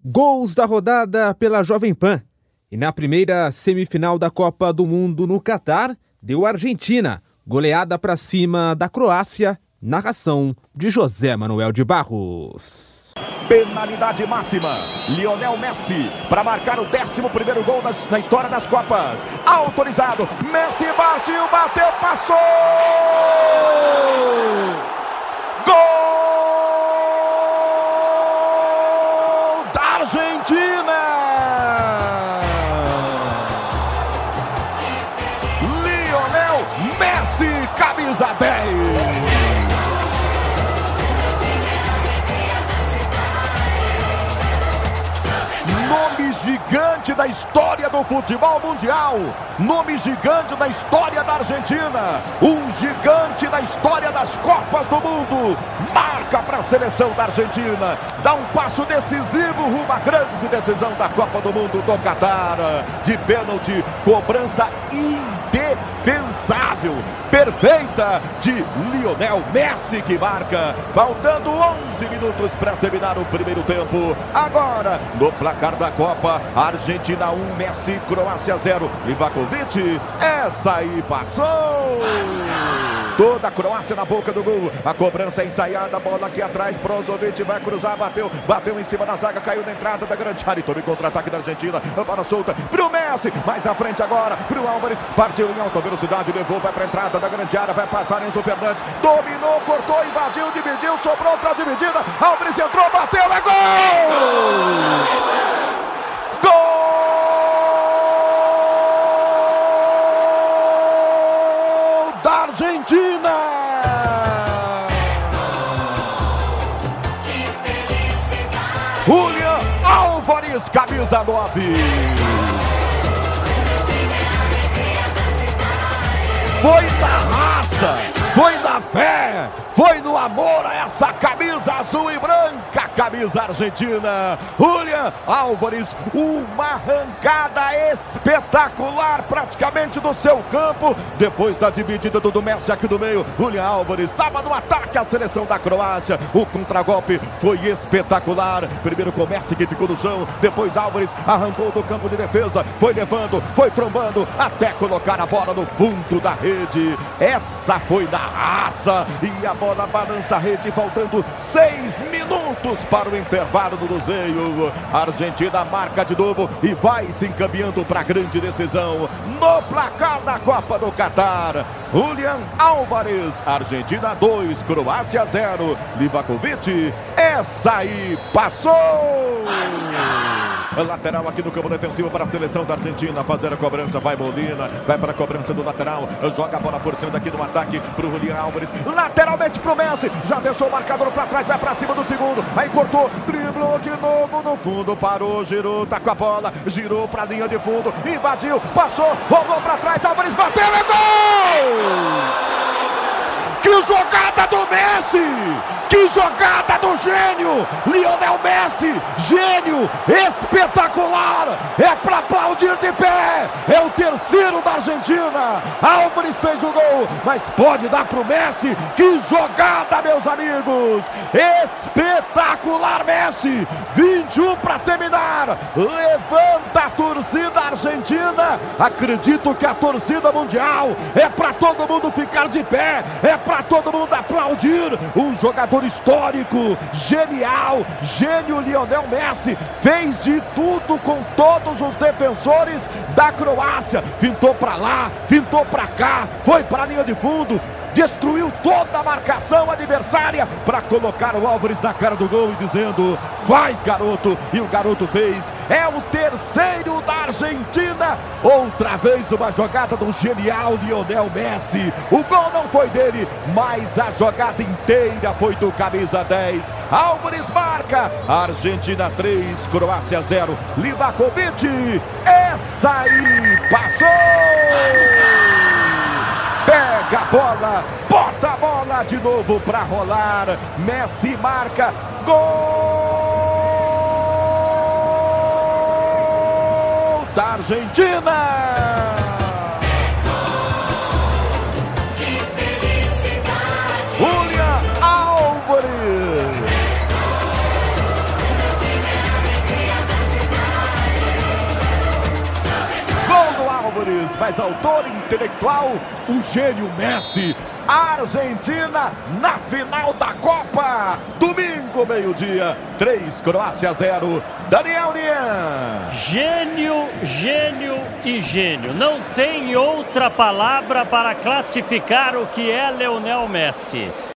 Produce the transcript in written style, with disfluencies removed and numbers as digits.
Gols da rodada pela Jovem Pan. E na primeira semifinal da Copa do Mundo no Catar, deu Argentina, goleada para cima da Croácia, narração de José Manuel de Barros. Penalidade máxima, Lionel Messi para marcar o 11º gol na história das Copas. Autorizado, Messi partiu, bateu, passou! Gol da Argentina! Lionel Messi, camisa 10! Nome gigante da história do futebol mundial. Nome gigante da história da Argentina. Um gigante da história das Copas do Mundo. Marca para a seleção da Argentina. Dá um passo decisivo rumo à grande decisão da Copa do Mundo do Catar. De pênalti, cobrança indefensável, perfeita de Lionel Messi, que marca, faltando 11 minutos para terminar o primeiro tempo. Agora, no placar da Copa, Argentina 1, Messi, Croácia 0. Livakovic, essa aí passou! Toda a Croácia na boca do gol. A cobrança é ensaiada, a bola aqui atrás, Brozovic vai cruzar, bateu em cima da zaga, caiu na entrada da grande área. Tome contra-ataque da Argentina, a bola solta pro Messi, mais à frente agora, pro Álvares, partiu em alta velocidade, levou, vai pra entrada da grande área, vai passar Enzo Fernandes, dominou, cortou, invadiu, dividiu, sobrou outra dividida, Álvares entrou, bateu, é gol! Gol! Argentina! Julián Álvares, camisa 9. Foi na raça, foi na fé, foi no amor a essa camisa azul e branca, camisa argentina. Julián Álvares, uma arrancada espetacular praticamente do seu campo, depois da dividida do Messi aqui do meio. Julián Álvares estava no ataque à seleção da Croácia, o contragolpe foi espetacular, primeiro com Messi que ficou no chão, depois Álvares arrancou do campo de defesa, foi levando, foi trombando, até colocar a bola no fundo da rede. Essa foi na raça e a bola balança a rede, faltando 6 minutos para o intervalo do Luzeio. A Argentina marca de novo e vai se encaminhando para a grande decisão no placar da Copa do Catar. Julián Álvares, Argentina 2, Croácia 0. Livakovic, essa aí passou! Lateral aqui no campo defensivo para a seleção da Argentina, fazer a cobrança, vai Molina, vai para a cobrança do lateral, joga a bola forçando aqui no ataque para o Julián Álvares, lateralmente para o Messi, já deixou o marcador para trás, vai para cima do segundo, aí cortou, driblou de novo no fundo, parou, girou, tá com a bola, girou para a linha de fundo, invadiu, passou, rolou para trás, Álvares bateu, é gol! Que jogada do Messi! Que jogada do gênio! Lionel Messi, gênio, espetacular! É para aplaudir de pé! É o terceiro da Argentina! Álvares fez o gol, mas pode dar para o Messi! Que jogada, meus amigos! Espetacular Messi! 21 para terminar! Levanta a torcida argentina! Acredito que a torcida mundial é para todo mundo ficar de pé! É para todo mundo aplaudir, um jogador histórico, genial, gênio Lionel Messi, fez de tudo com todos os defensores da Croácia, fintou para lá, fintou para cá, foi para a linha de fundo, destruiu toda a marcação adversária para colocar o Álvares na cara do gol e dizendo, faz garoto, e o garoto fez, é o terceiro da Argentina, outra vez uma jogada do genial Lionel Messi, o gol não foi dele, mas a jogada inteira foi do camisa 10, Álvares marca, Argentina 3, Croácia 0, Livakovic, essa aí passou! Pega a bola, bota a bola de novo para rolar. Messi marca, gol da Argentina! Que felicidade! Julián Álvares! mas autor intelectual, o gênio Messi. Argentina na final da Copa. Domingo, meio-dia, 3, Croácia 0. Daniel Nian. Gênio, gênio e gênio. Não tem outra palavra para classificar o que é Lionel Messi.